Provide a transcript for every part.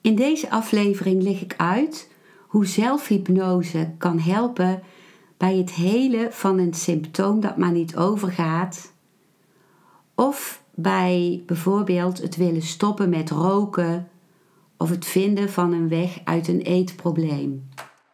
In deze aflevering leg ik uit hoe zelfhypnose kan helpen bij het helen van een symptoom dat maar niet overgaat. Of bij bijvoorbeeld het willen stoppen met roken of het vinden van een weg uit een eetprobleem.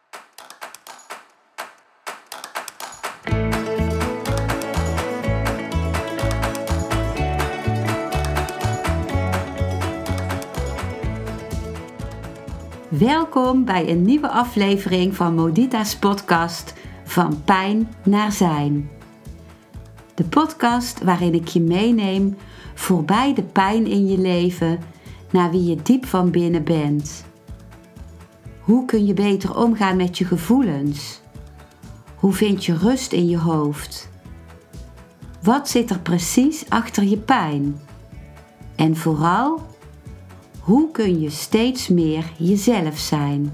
Welkom bij een nieuwe aflevering van Modita's podcast Van Pijn naar Zijn. De podcast waarin ik je meeneem voorbij de pijn in je leven naar wie je diep van binnen bent. Hoe kun je beter omgaan met je gevoelens? Hoe vind je rust in je hoofd? Wat zit er precies achter je pijn? En vooral, hoe kun je steeds meer jezelf zijn?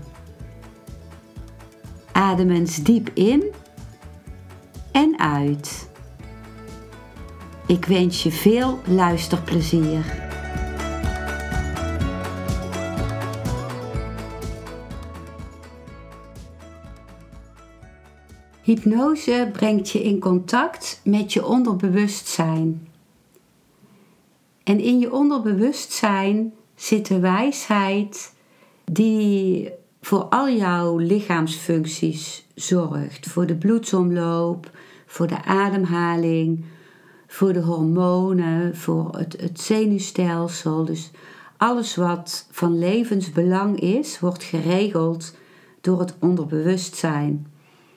Adem eens diep in en uit. Ik wens je veel luisterplezier. Hypnose brengt je in contact met je onderbewustzijn. En in je onderbewustzijn zit de wijsheid die voor al jouw lichaamsfuncties zorgt. Voor de bloedsomloop, voor de ademhaling, voor de hormonen, voor het zenuwstelsel. Dus alles wat van levensbelang is, wordt geregeld door het onderbewustzijn.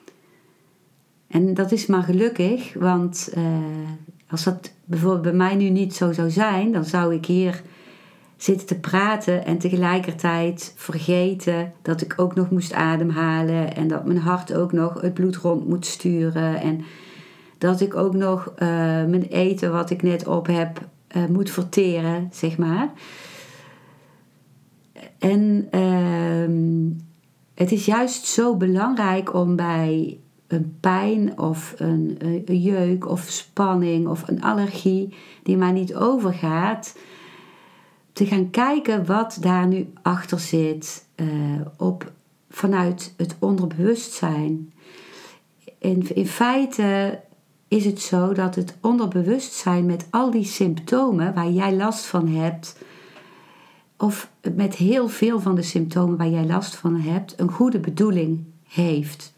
En dat is maar gelukkig, want als dat bijvoorbeeld bij mij nu niet zo zou zijn, dan zou ik hier zitten te praten en tegelijkertijd vergeten dat ik ook nog moest ademhalen en dat mijn hart ook nog het bloed rond moet sturen en dat ik ook nog mijn eten wat ik net op heb moet verteren, zeg maar. En het is juist zo belangrijk om bij een pijn of een jeuk of spanning of een allergie die maar niet overgaat, te gaan kijken wat daar nu achter zit vanuit het onderbewustzijn. In feite is het zo dat het onderbewustzijn met al die symptomen waar jij last van hebt, of met heel veel van de symptomen waar jij last van hebt, een goede bedoeling heeft.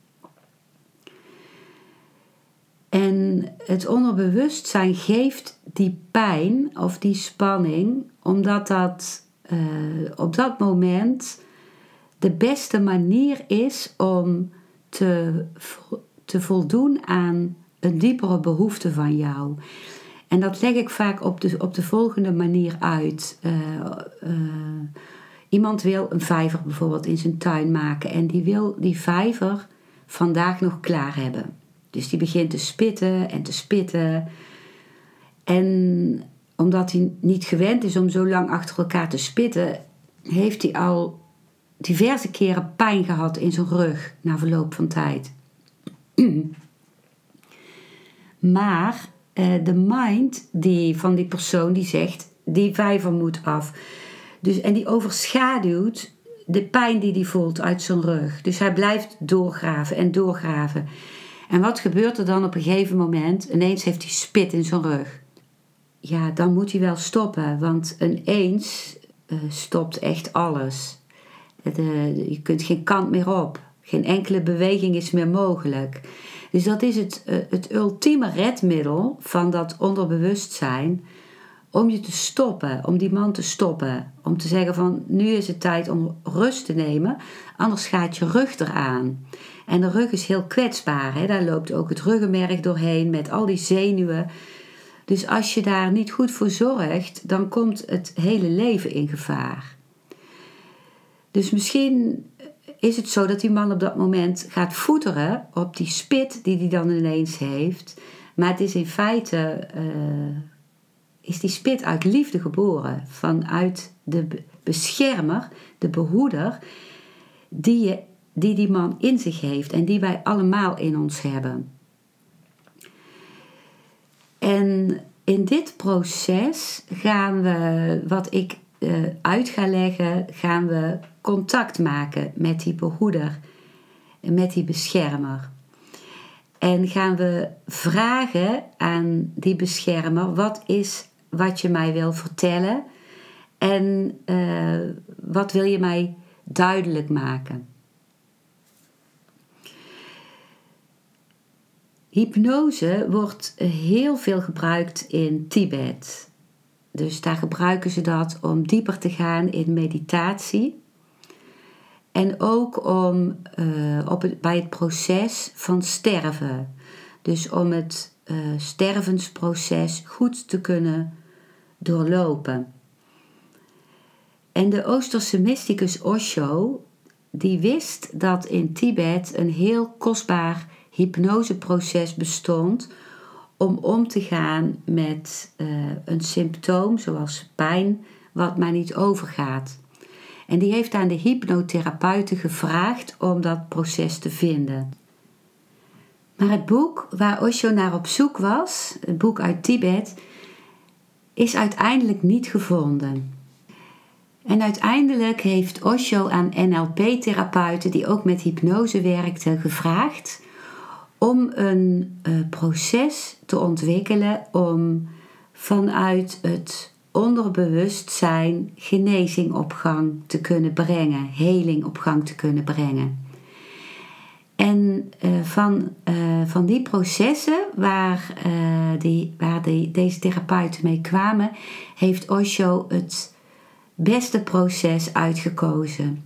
En het onderbewustzijn geeft die pijn of die spanning, omdat dat op dat moment de beste manier is om te voldoen aan een diepere behoefte van jou. En dat leg ik vaak op de volgende manier uit. Iemand wil een vijver bijvoorbeeld in zijn tuin maken en die wil die vijver vandaag nog klaar hebben. Dus die begint te spitten en te spitten. En omdat hij niet gewend is om zo lang achter elkaar te spitten, heeft hij al diverse keren pijn gehad in zijn rug na verloop van tijd. Maar de mind van die persoon die zegt, die vijver moet af. Dus, en die overschaduwt de pijn die hij voelt uit zijn rug. Dus hij blijft doorgraven en doorgraven. En wat gebeurt er dan op een gegeven moment? Ineens heeft hij spit in zijn rug. Ja, dan moet hij wel stoppen, want ineens stopt echt alles. Je kunt geen kant meer op. Geen enkele beweging is meer mogelijk. Dus dat is het ultieme redmiddel van dat onderbewustzijn om je te stoppen, om die man te stoppen. Om te zeggen van, nu is het tijd om rust te nemen, anders gaat je rug eraan. En de rug is heel kwetsbaar, hè? Daar loopt ook het ruggenmerg doorheen met al die zenuwen. Dus als je daar niet goed voor zorgt, dan komt het hele leven in gevaar. Dus misschien is het zo dat die man op dat moment gaat voeteren op die spit die hij dan ineens heeft. Maar het is in feite, is die spit uit liefde geboren. Vanuit de beschermer, de behoeder, die man in zich heeft en die wij allemaal in ons hebben. En in dit proces gaan we, wat ik uit ga leggen, gaan we contact maken met die behoeder, met die beschermer. En gaan we vragen aan die beschermer, wat is wat je mij wil vertellen en wat wil je mij duidelijk maken. Hypnose wordt heel veel gebruikt in Tibet. Dus daar gebruiken ze dat om dieper te gaan in meditatie. En ook om bij het proces van sterven. Dus om het stervensproces goed te kunnen doorlopen. En de Oosterse mysticus Osho, die wist dat in Tibet een heel kostbaar hypnoseproces bestond om te gaan met een symptoom zoals pijn wat maar niet overgaat. En die heeft aan de hypnotherapeuten gevraagd om dat proces te vinden. Maar het boek waar Osho naar op zoek was, het boek uit Tibet, is uiteindelijk niet gevonden. En uiteindelijk heeft Osho aan NLP-therapeuten die ook met hypnose werkten gevraagd om een proces te ontwikkelen om vanuit het onderbewustzijn genezing op gang te kunnen brengen, heling op gang te kunnen brengen. En van die processen waar deze therapeuten mee kwamen, heeft Osho het beste proces uitgekozen.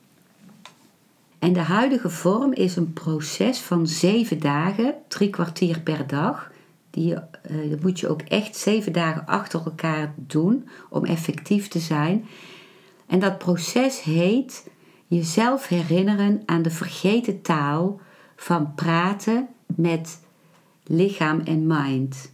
En de huidige vorm is een proces van 7 dagen, 3 kwartier per dag. Dat moet je ook echt 7 dagen achter elkaar doen om effectief te zijn. En dat proces heet jezelf herinneren aan de vergeten taal van praten met lichaam en mind.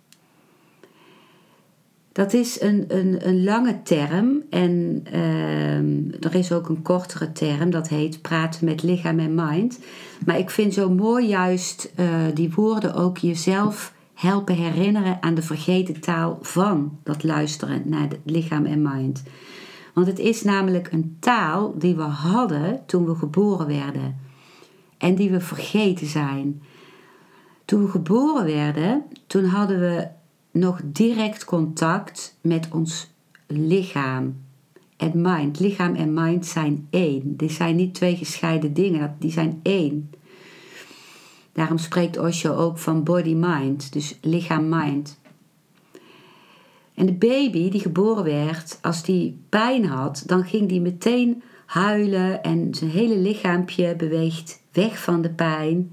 Dat is een lange term en er is ook een kortere term, dat heet praten met lichaam en mind. Maar ik vind zo mooi juist die woorden ook jezelf helpen herinneren aan de vergeten taal van dat luisteren naar het lichaam en mind. Want het is namelijk een taal die we hadden toen we geboren werden en die we vergeten zijn. Toen we geboren werden, toen hadden we nog direct contact met ons lichaam en mind. Lichaam en mind zijn één. Die zijn niet 2 gescheiden dingen, die zijn één. Daarom spreekt Osho ook van body-mind, dus lichaam-mind. En de baby die geboren werd, als die pijn had, dan ging die meteen huilen en zijn hele lichaampje beweegt weg van de pijn.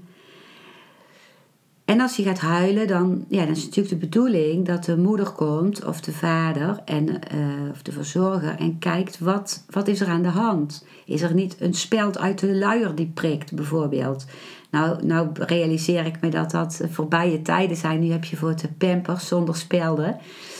En als hij gaat huilen, dan is het natuurlijk de bedoeling dat de moeder komt of de vader of de verzorger en kijkt wat is er aan de hand. Is er niet een speld uit de luier die prikt bijvoorbeeld? Nou realiseer ik me dat voorbije tijden zijn. Nu heb je voor de pampers zonder spelden.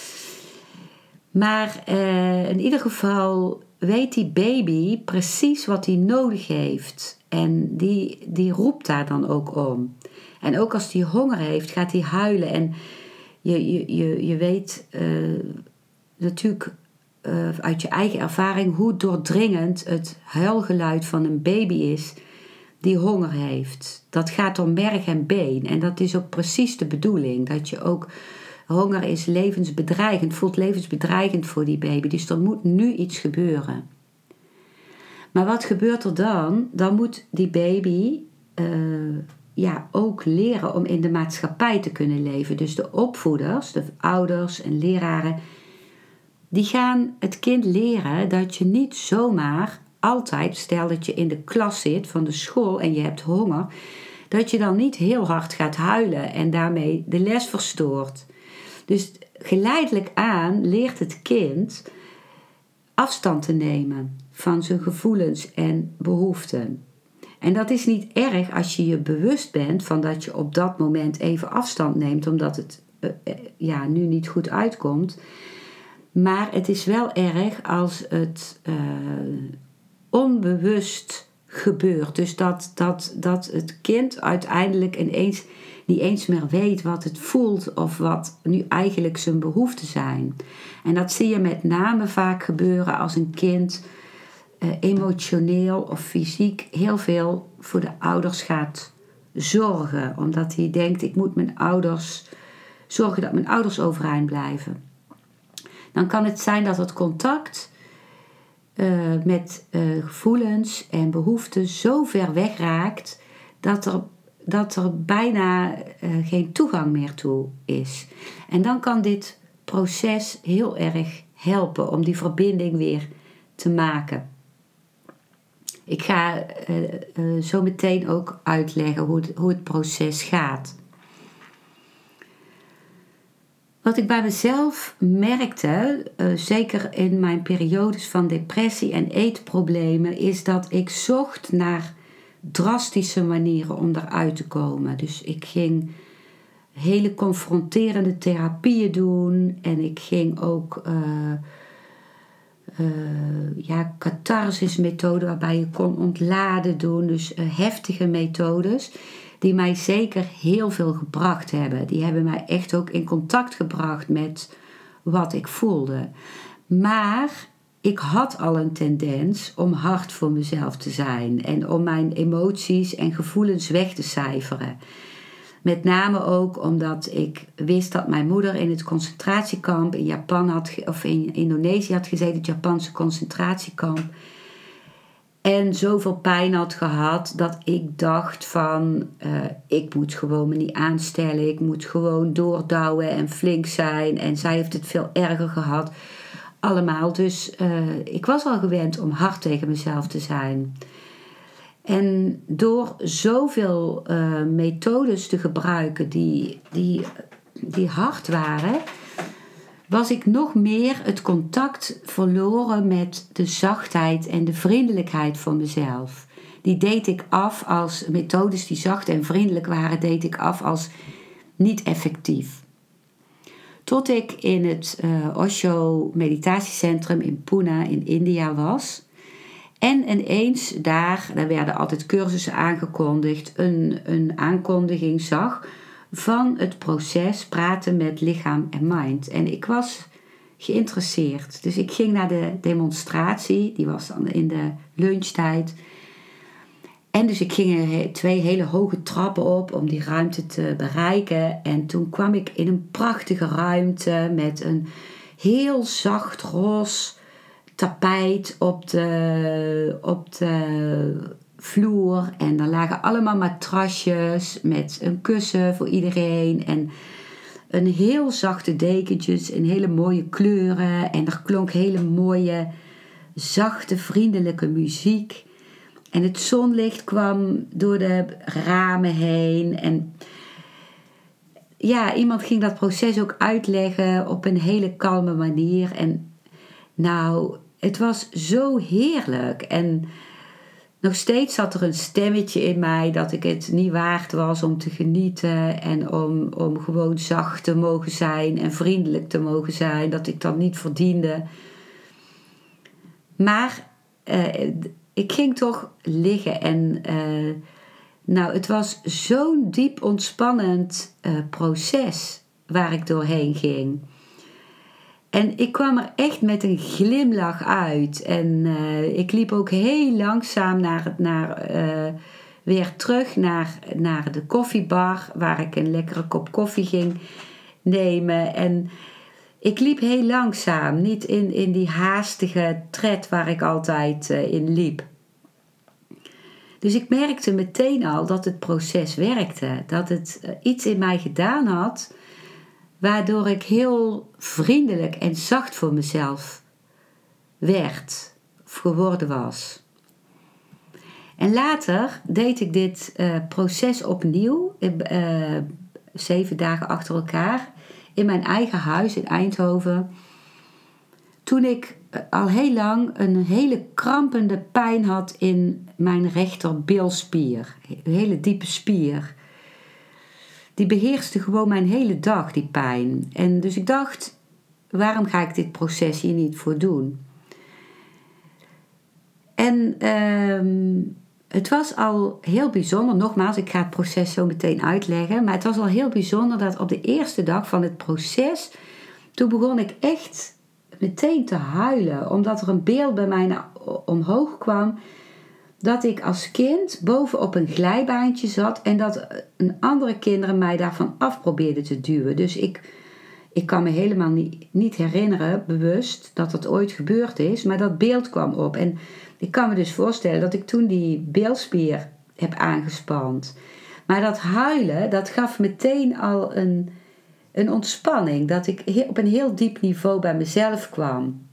Maar in ieder geval weet die baby precies wat hij nodig heeft. En die roept daar dan ook om. En ook als hij honger heeft, gaat hij huilen. En je weet natuurlijk uit je eigen ervaring hoe doordringend het huilgeluid van een baby is die honger heeft. Dat gaat door merg en been. En dat is ook precies de bedoeling. Dat je ook, honger is levensbedreigend, voelt levensbedreigend voor die baby. Dus er moet nu iets gebeuren. Maar wat gebeurt er dan? Dan moet die baby ook leren om in de maatschappij te kunnen leven. Dus de opvoeders, de ouders en leraren, die gaan het kind leren dat je niet zomaar altijd, stel dat je in de klas zit van de school en je hebt honger, dat je dan niet heel hard gaat huilen en daarmee de les verstoort. Dus geleidelijk aan leert het kind afstand te nemen van zijn gevoelens en behoeften. En dat is niet erg als je je bewust bent van dat je op dat moment even afstand neemt, omdat het nu niet goed uitkomt. Maar het is wel erg als het onbewust gebeurt. Dus dat het kind uiteindelijk niet eens meer weet wat het voelt of wat nu eigenlijk zijn behoeften zijn. En dat zie je met name vaak gebeuren als een kind emotioneel of fysiek heel veel voor de ouders gaat zorgen. Omdat hij denkt, ik moet zorgen dat mijn ouders overeind blijven. Dan kan het zijn dat het contact met gevoelens en behoeften zo ver weg raakt dat er bijna geen toegang meer toe is. En dan kan dit proces heel erg helpen om die verbinding weer te maken. Ik ga zo meteen ook uitleggen hoe het proces gaat. Wat ik bij mezelf merkte, zeker in mijn periodes van depressie en eetproblemen, is dat ik zocht naar drastische manieren om eruit te komen. Dus ik ging hele confronterende therapieën doen en ik ging ook catharsismethoden waarbij je kon ontladen doen. Dus heftige methodes die mij zeker heel veel gebracht hebben. Die hebben mij echt ook in contact gebracht met wat ik voelde. Maar ik had al een tendens om hard voor mezelf te zijn en om mijn emoties en gevoelens weg te cijferen. Met name ook omdat ik wist dat mijn moeder in het concentratiekamp in Japan in Indonesië had gezeten, het Japanse concentratiekamp. En zoveel pijn had gehad dat ik dacht van, ik moet gewoon me niet aanstellen. Ik moet gewoon doordouwen en flink zijn. En zij heeft het veel erger gehad. Allemaal. Dus ik was al gewend om hard tegen mezelf te zijn. En door zoveel methodes te gebruiken die hard waren, was ik nog meer het contact verloren met de zachtheid en de vriendelijkheid van mezelf. Die deed ik af als methodes die zacht en vriendelijk waren, deed ik af als niet effectief. Tot ik in het Osho meditatiecentrum in Pune in India was. En ineens daar werden altijd cursussen aangekondigd, een aankondiging zag van het proces praten met lichaam en mind. En ik was geïnteresseerd. Dus ik ging naar de demonstratie, die was dan in de lunchtijd. En dus ik ging 2 hele hoge trappen op om die ruimte te bereiken. En toen kwam ik in een prachtige ruimte met een heel zacht roze tapijt op de vloer. En er lagen allemaal matrasjes met een kussen voor iedereen. En een heel zachte dekentjes in hele mooie kleuren. En er klonk hele mooie, zachte, vriendelijke muziek. En het zonlicht kwam door de ramen heen. En ja, iemand ging dat proces ook uitleggen op een hele kalme manier. En nou, het was zo heerlijk. En nog steeds zat er een stemmetje in mij dat ik het niet waard was om te genieten. En om gewoon zacht te mogen zijn en vriendelijk te mogen zijn. Dat ik dat niet verdiende. Maar ik ging toch liggen. En het was zo'n diep ontspannend proces waar ik doorheen ging. En ik kwam er echt met een glimlach uit. En ik liep ook heel langzaam weer terug naar de koffiebar, waar ik een lekkere kop koffie ging nemen. En ik liep heel langzaam, niet in die haastige tred waar ik altijd in liep. Dus ik merkte meteen al dat het proces werkte. Dat het iets in mij gedaan had, waardoor ik heel vriendelijk en zacht voor mezelf werd of geworden was. En later deed ik dit proces opnieuw, 7 dagen achter elkaar, in mijn eigen huis in Eindhoven. Toen ik al heel lang een hele krampende pijn had in mijn rechterbilspier. Een hele diepe spier. Die beheerste gewoon mijn hele dag, die pijn. En dus ik dacht, waarom ga ik dit proces hier niet voor doen? En Het was al heel bijzonder, nogmaals, ik ga het proces zo meteen uitleggen, maar het was al heel bijzonder dat op de eerste dag van het proces, toen begon ik echt meteen te huilen, omdat er een beeld bij mij omhoog kwam, dat ik als kind boven op een glijbaantje zat en dat een andere kinderen mij daarvan af probeerden te duwen. Dus ik kan me helemaal niet herinneren, bewust, dat dat ooit gebeurd is, maar dat beeld kwam op. En ik kan me dus voorstellen dat ik toen die bilspier heb aangespand. Maar dat huilen, dat gaf meteen al een ontspanning, dat ik op een heel diep niveau bij mezelf kwam.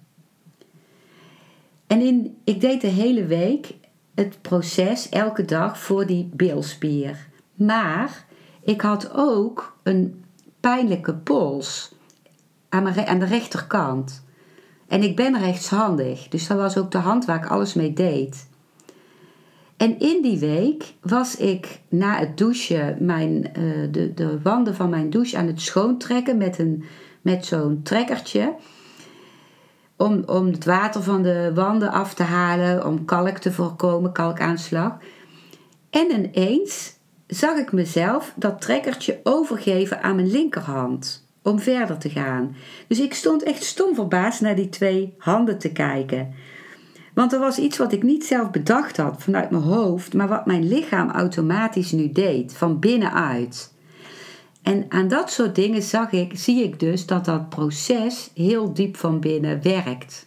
En ik deed de hele week het proces elke dag voor die bilspier. Maar ik had ook een pijnlijke pols aan de rechterkant. En ik ben rechtshandig, dus dat was ook de hand waar ik alles mee deed. En in die week was ik na het douchen de wanden van mijn douche aan het schoontrekken met zo'n trekkertje. Om het water van de wanden af te halen, om kalk te voorkomen, kalkaanslag. En ineens zag ik mezelf dat trekkertje overgeven aan mijn linkerhand om verder te gaan. Dus ik stond echt stom verbaasd naar die 2 handen te kijken. Want er was iets wat ik niet zelf bedacht had vanuit mijn hoofd, maar wat mijn lichaam automatisch nu deed, van binnenuit. En aan dat soort dingen zie ik dus dat proces heel diep van binnen werkt.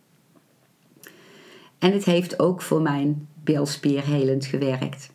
En het heeft ook voor mijn bilspier helend gewerkt.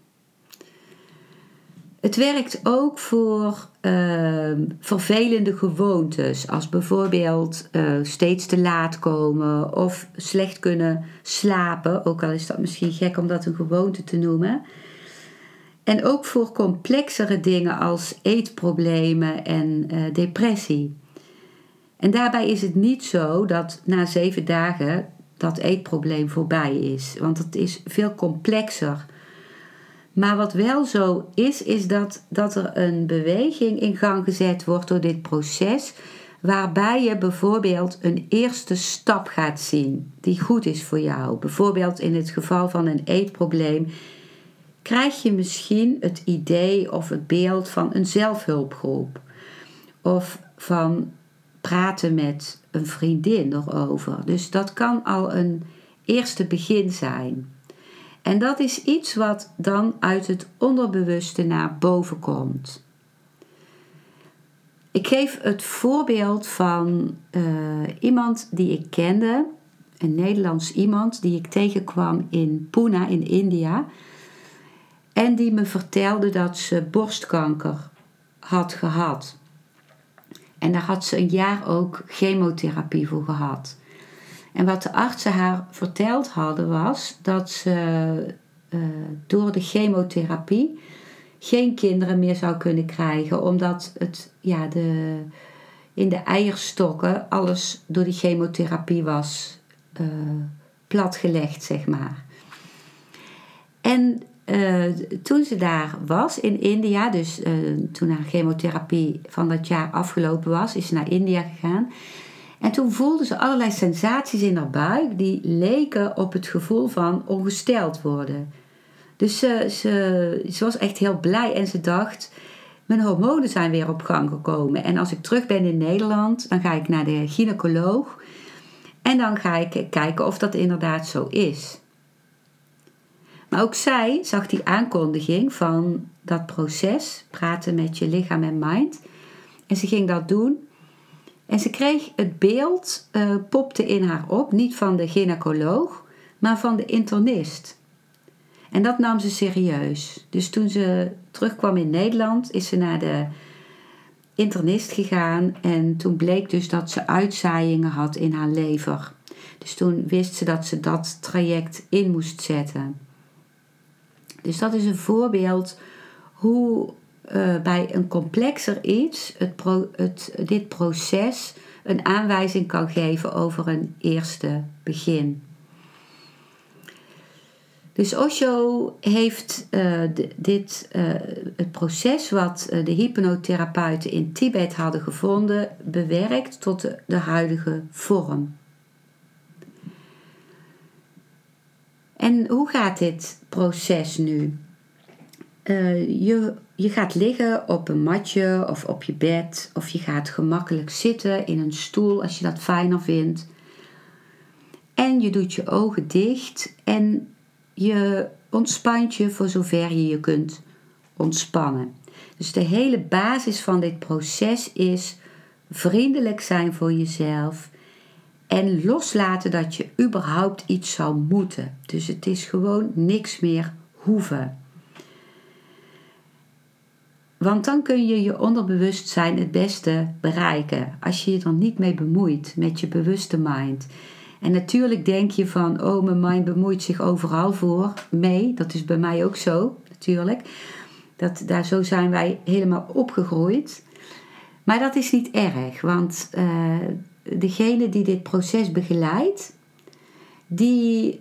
Het werkt ook voor vervelende gewoontes, als bijvoorbeeld steeds te laat komen of slecht kunnen slapen, ook al is dat misschien gek om dat een gewoonte te noemen. En ook voor complexere dingen als eetproblemen en depressie. En daarbij is het niet zo dat na 7 dagen dat eetprobleem voorbij is, want het is veel complexer. Maar wat wel zo is dat er een beweging in gang gezet wordt door dit proces, waarbij je bijvoorbeeld een eerste stap gaat zien die goed is voor jou. Bijvoorbeeld in het geval van een eetprobleem krijg je misschien het idee of het beeld van een zelfhulpgroep. Of van praten met een vriendin erover. Dus dat kan al een eerste begin zijn. En dat is iets wat dan uit het onderbewuste naar boven komt. Ik geef het voorbeeld van iemand die ik kende. Een Nederlands iemand die ik tegenkwam in Pune in India. En die me vertelde dat ze borstkanker had gehad. En daar had ze een jaar ook chemotherapie voor gehad. En wat de artsen haar verteld hadden was dat ze door de chemotherapie geen kinderen meer zou kunnen krijgen. Omdat in de eierstokken alles door die chemotherapie was platgelegd, zeg maar. En toen ze daar was in India, dus toen haar chemotherapie van dat jaar afgelopen was, is ze naar India gegaan. En toen voelde ze allerlei sensaties in haar buik die leken op het gevoel van ongesteld worden. Dus ze was echt heel blij en ze dacht, mijn hormonen zijn weer op gang gekomen. En als ik terug ben in Nederland, dan ga ik naar de gynaecoloog. En dan ga ik kijken of dat inderdaad zo is. Maar ook zij zag die aankondiging van dat proces, praten met je lichaam en mind. En ze ging dat doen. En ze kreeg het beeld, popte in haar op, niet van de gynaecoloog, maar van de internist. En dat nam ze serieus. Dus toen ze terugkwam in Nederland, is ze naar de internist gegaan. En toen bleek dus dat ze uitzaaiingen had in haar lever. Dus toen wist ze dat ze dat traject in moest zetten. Dus dat is een voorbeeld hoe bij een complexer iets dit proces een aanwijzing kan geven over een eerste begin. Dus Osho heeft het proces wat de hypnotherapeuten in Tibet hadden gevonden bewerkt tot de huidige vorm. En hoe gaat dit proces nu? Je gaat liggen op een matje of op je bed. Of je gaat gemakkelijk zitten in een stoel als je dat fijner vindt. En je doet je ogen dicht en je ontspant je voor zover je je kunt ontspannen. Dus de hele basis van dit proces is vriendelijk zijn voor jezelf en loslaten dat je überhaupt iets zou moeten. Dus het is gewoon niks meer hoeven. Want dan kun je je onderbewustzijn het beste bereiken als je je er niet mee bemoeit met je bewuste mind. En natuurlijk denk je van, oh, mijn mind bemoeit zich overal mee. Dat is bij mij ook zo, natuurlijk. Zo zijn wij helemaal opgegroeid. Maar dat is niet erg, want degene die dit proces begeleidt, die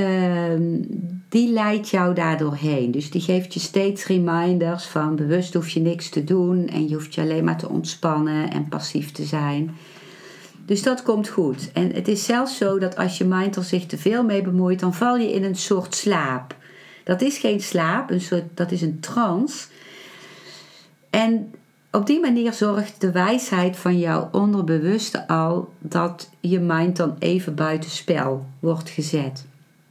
leidt jou daardoor heen. Dus die geeft je steeds reminders van bewust hoef je niks te doen en je hoeft je alleen maar te ontspannen en passief te zijn. Dus dat komt goed. En het is zelfs zo dat als je mind er zich te veel mee bemoeit, dan val je in een soort slaap. Dat is geen slaap, dat is een trance. En op die manier zorgt de wijsheid van jouw onderbewuste al dat je mind dan even buitenspel wordt gezet.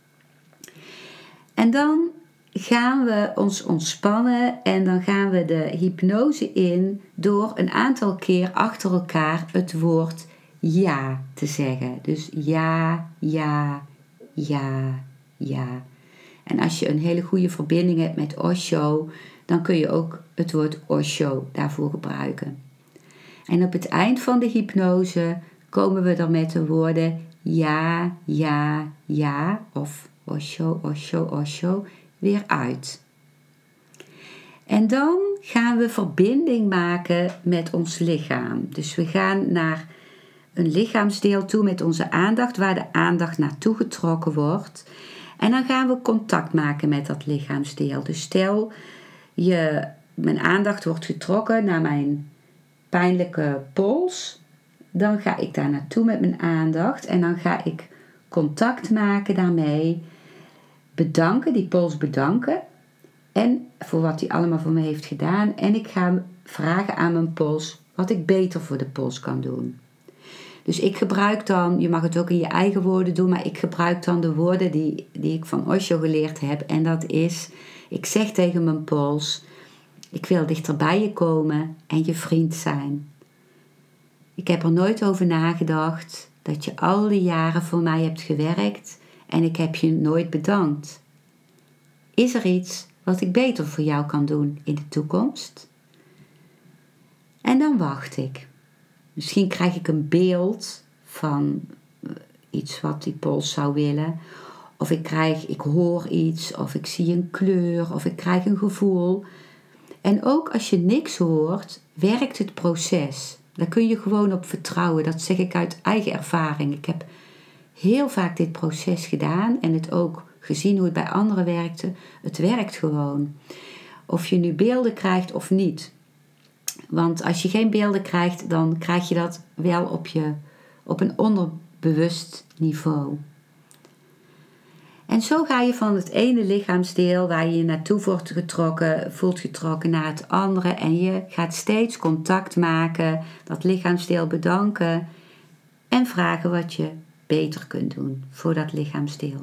En dan gaan we ons ontspannen en dan gaan we de hypnose in door een aantal keer achter elkaar het woord ja te zeggen. Dus ja, ja, ja, ja. En als je een hele goede verbinding hebt met Osho, dan kun je ook het woord Osho daarvoor gebruiken. En op het eind van de hypnose komen we dan met de woorden ja, ja, ja of Osho, Osho, Osho weer uit. En dan gaan we verbinding maken met ons lichaam. Dus we gaan naar een lichaamsdeel toe met onze aandacht, waar de aandacht naartoe getrokken wordt. En dan gaan we contact maken met dat lichaamsdeel. Dus stel, mijn aandacht wordt getrokken naar mijn pijnlijke pols. Dan ga ik daar naartoe met mijn aandacht. En dan ga ik contact maken daarmee. Bedanken, die pols bedanken. En voor wat hij allemaal voor me heeft gedaan. En ik ga vragen aan mijn pols wat ik beter voor de pols kan doen. Dus ik gebruik dan, je mag het ook in je eigen woorden doen, maar ik gebruik dan de woorden die ik van Osho geleerd heb. En dat is, ik zeg tegen mijn pols, ik wil dichter bij je komen en je vriend zijn. Ik heb er nooit over nagedacht dat je al die jaren voor mij hebt gewerkt en ik heb je nooit bedankt. Is er iets wat ik beter voor jou kan doen in de toekomst? En dan wacht ik. Misschien krijg ik een beeld van iets wat die pols zou willen. Of ik hoor iets, of ik zie een kleur, of ik krijg een gevoel. En ook als je niks hoort, werkt het proces. Daar kun je gewoon op vertrouwen. Dat zeg ik uit eigen ervaring. Ik heb heel vaak dit proces gedaan en het ook gezien hoe het bij anderen werkte. Het werkt gewoon. Of je nu beelden krijgt of niet. Want als je geen beelden krijgt, dan krijg je dat wel op een onderbewust niveau. En zo ga je van het ene lichaamsdeel waar je naartoe voelt getrokken naar het andere. En je gaat steeds contact maken, dat lichaamsdeel bedanken en vragen wat je beter kunt doen voor dat lichaamsdeel.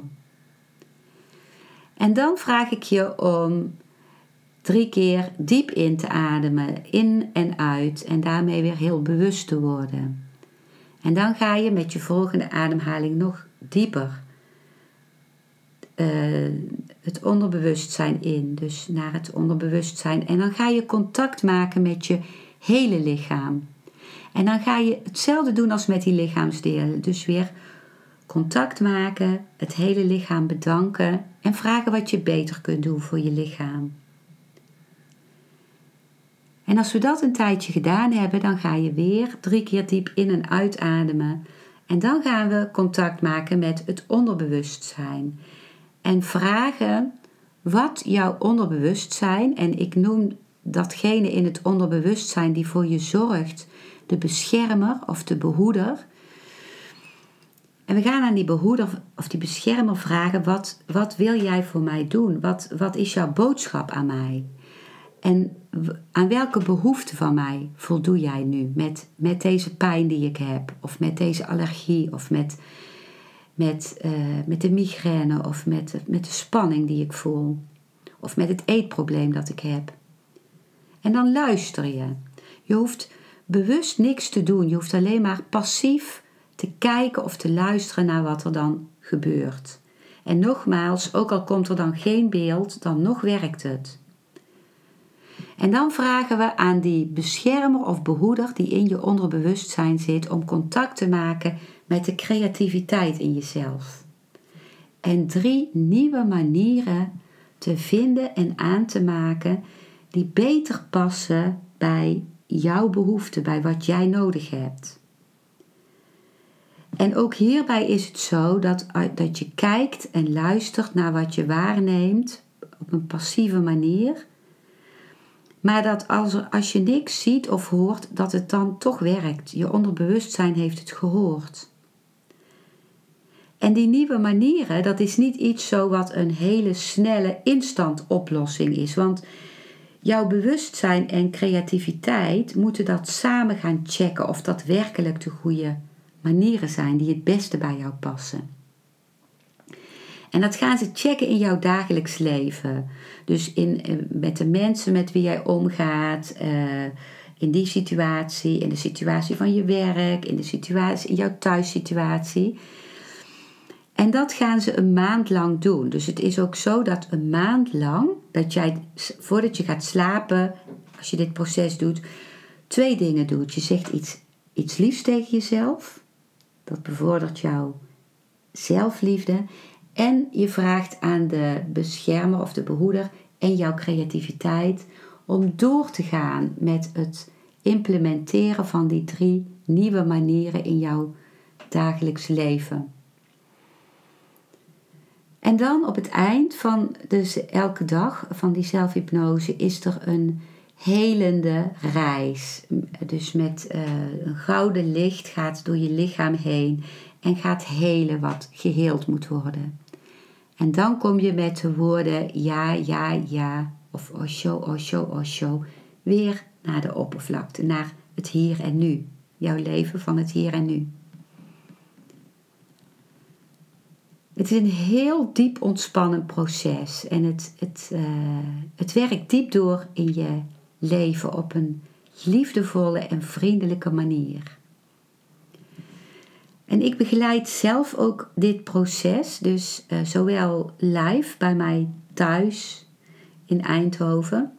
En dan vraag ik je om 3 keer diep in te ademen, in en uit, en daarmee weer heel bewust te worden. En dan ga je met je volgende ademhaling nog dieper het onderbewustzijn in, dus naar het onderbewustzijn. En dan ga je contact maken met je hele lichaam. En dan ga je hetzelfde doen als met die lichaamsdelen. Dus weer contact maken, het hele lichaam bedanken en vragen wat je beter kunt doen voor je lichaam. En als we dat een tijdje gedaan hebben, dan ga je weer 3 keer diep in en uitademen. En dan gaan we contact maken met het onderbewustzijn. En vragen wat jouw onderbewustzijn, en ik noem datgene in het onderbewustzijn die voor je zorgt, de beschermer of de behoeder. En we gaan aan die behoeder of die beschermer vragen, wat wil jij voor mij doen? Wat is jouw boodschap aan mij? En aan welke behoefte van mij voldoe jij nu met deze pijn die ik heb? Of met deze allergie? Of met de migraine? Of met de spanning die ik voel? Of met het eetprobleem dat ik heb? En dan luister je. Je hoeft bewust niks te doen. Je hoeft alleen maar passief te kijken of te luisteren naar wat er dan gebeurt. En nogmaals, ook al komt er dan geen beeld, dan nog werkt het. En dan vragen we aan die beschermer of behoeder die in je onderbewustzijn zit om contact te maken met de creativiteit in jezelf. En 3 nieuwe manieren te vinden en aan te maken die beter passen bij jouw behoeften, bij wat jij nodig hebt. En ook hierbij is het zo dat je kijkt en luistert naar wat je waarneemt op een passieve manier. Maar dat als je niks ziet of hoort, dat het dan toch werkt. Je onderbewustzijn heeft het gehoord. En die nieuwe manieren, dat is niet iets zo wat een hele snelle instant oplossing is. Want jouw bewustzijn en creativiteit moeten dat samen gaan checken of dat werkelijk de goede manieren zijn die het beste bij jou passen. En dat gaan ze checken in jouw dagelijks leven. Dus met de mensen met wie jij omgaat, in die situatie, in de situatie van je werk, in jouw thuissituatie. En dat gaan ze een maand lang doen. Dus het is ook zo dat een maand lang, dat jij voordat je gaat slapen, als je dit proces doet, 2 dingen doet. Je zegt iets liefs tegen jezelf. Dat bevordert jouw zelfliefde. En je vraagt aan de beschermer of de behoeder en jouw creativiteit om door te gaan met het implementeren van die 3 nieuwe manieren in jouw dagelijks leven. En dan op het eind van dus elke dag van die zelfhypnose is er een helende reis. Dus met een gouden licht gaat door je lichaam heen en gaat helen wat geheeld moet worden. En dan kom je met de woorden ja, ja, ja of osho, osho, osho weer naar de oppervlakte, naar het hier en nu. Jouw leven van het hier en nu. Het is een heel diep ontspannend proces en het werkt diep door in je leven op een liefdevolle en vriendelijke manier. En ik begeleid zelf ook dit proces, dus zowel live bij mij thuis in Eindhoven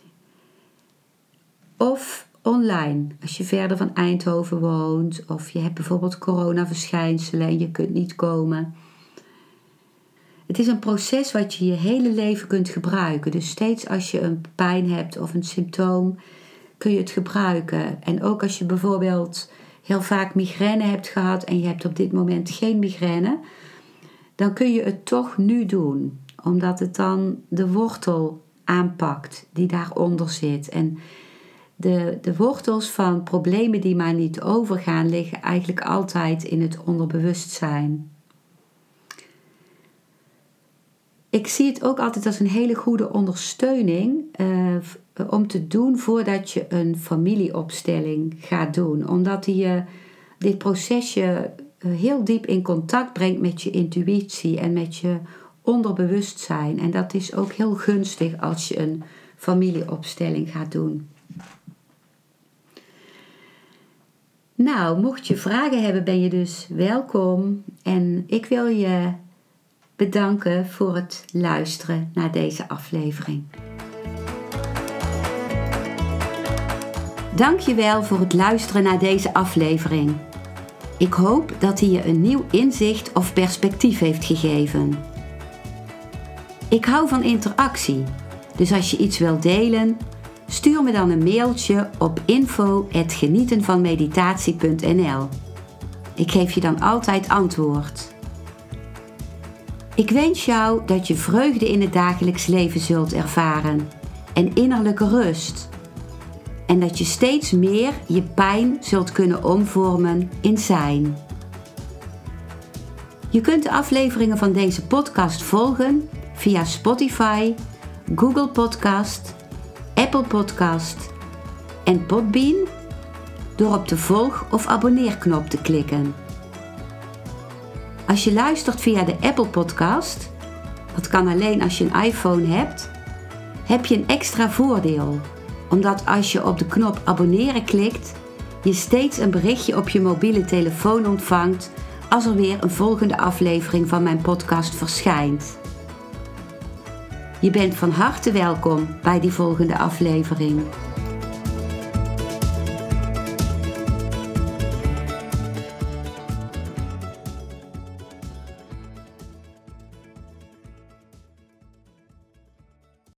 of online. Als je verder van Eindhoven woont of je hebt bijvoorbeeld coronaverschijnselen en je kunt niet komen. Het is een proces wat je je hele leven kunt gebruiken. Dus steeds als je een pijn hebt of een symptoom, kun je het gebruiken. En ook als je bijvoorbeeld heel vaak migraine hebt gehad en je hebt op dit moment geen migraine, dan kun je het toch nu doen. Omdat het dan de wortel aanpakt die daaronder zit. En de wortels van problemen die maar niet overgaan, liggen eigenlijk altijd in het onderbewustzijn. Ik zie het ook altijd als een hele goede ondersteuning om te doen voordat je een familieopstelling gaat doen. Omdat die dit procesje heel diep in contact brengt met je intuïtie en met je onderbewustzijn. En dat is ook heel gunstig als je een familieopstelling gaat doen. Nou, mocht je vragen hebben, ben je dus welkom. En ik wil je bedanken voor het luisteren naar deze aflevering. Dank je wel voor het luisteren naar deze aflevering. Ik hoop dat hij je een nieuw inzicht of perspectief heeft gegeven. Ik hou van interactie, dus als je iets wilt delen, stuur me dan een mailtje op info@genietenvanmeditatie.nl. Ik geef je dan altijd antwoord. Ik wens jou dat je vreugde in het dagelijks leven zult ervaren en innerlijke rust. En dat je steeds meer je pijn zult kunnen omvormen in zijn. Je kunt de afleveringen van deze podcast volgen via Spotify, Google Podcast, Apple Podcast en Podbean door op de volg- of abonneerknop te klikken. Als je luistert via de Apple Podcast, dat kan alleen als je een iPhone hebt, heb je een extra voordeel. Omdat als je op de knop abonneren klikt, je steeds een berichtje op je mobiele telefoon ontvangt als er weer een volgende aflevering van mijn podcast verschijnt. Je bent van harte welkom bij die volgende aflevering.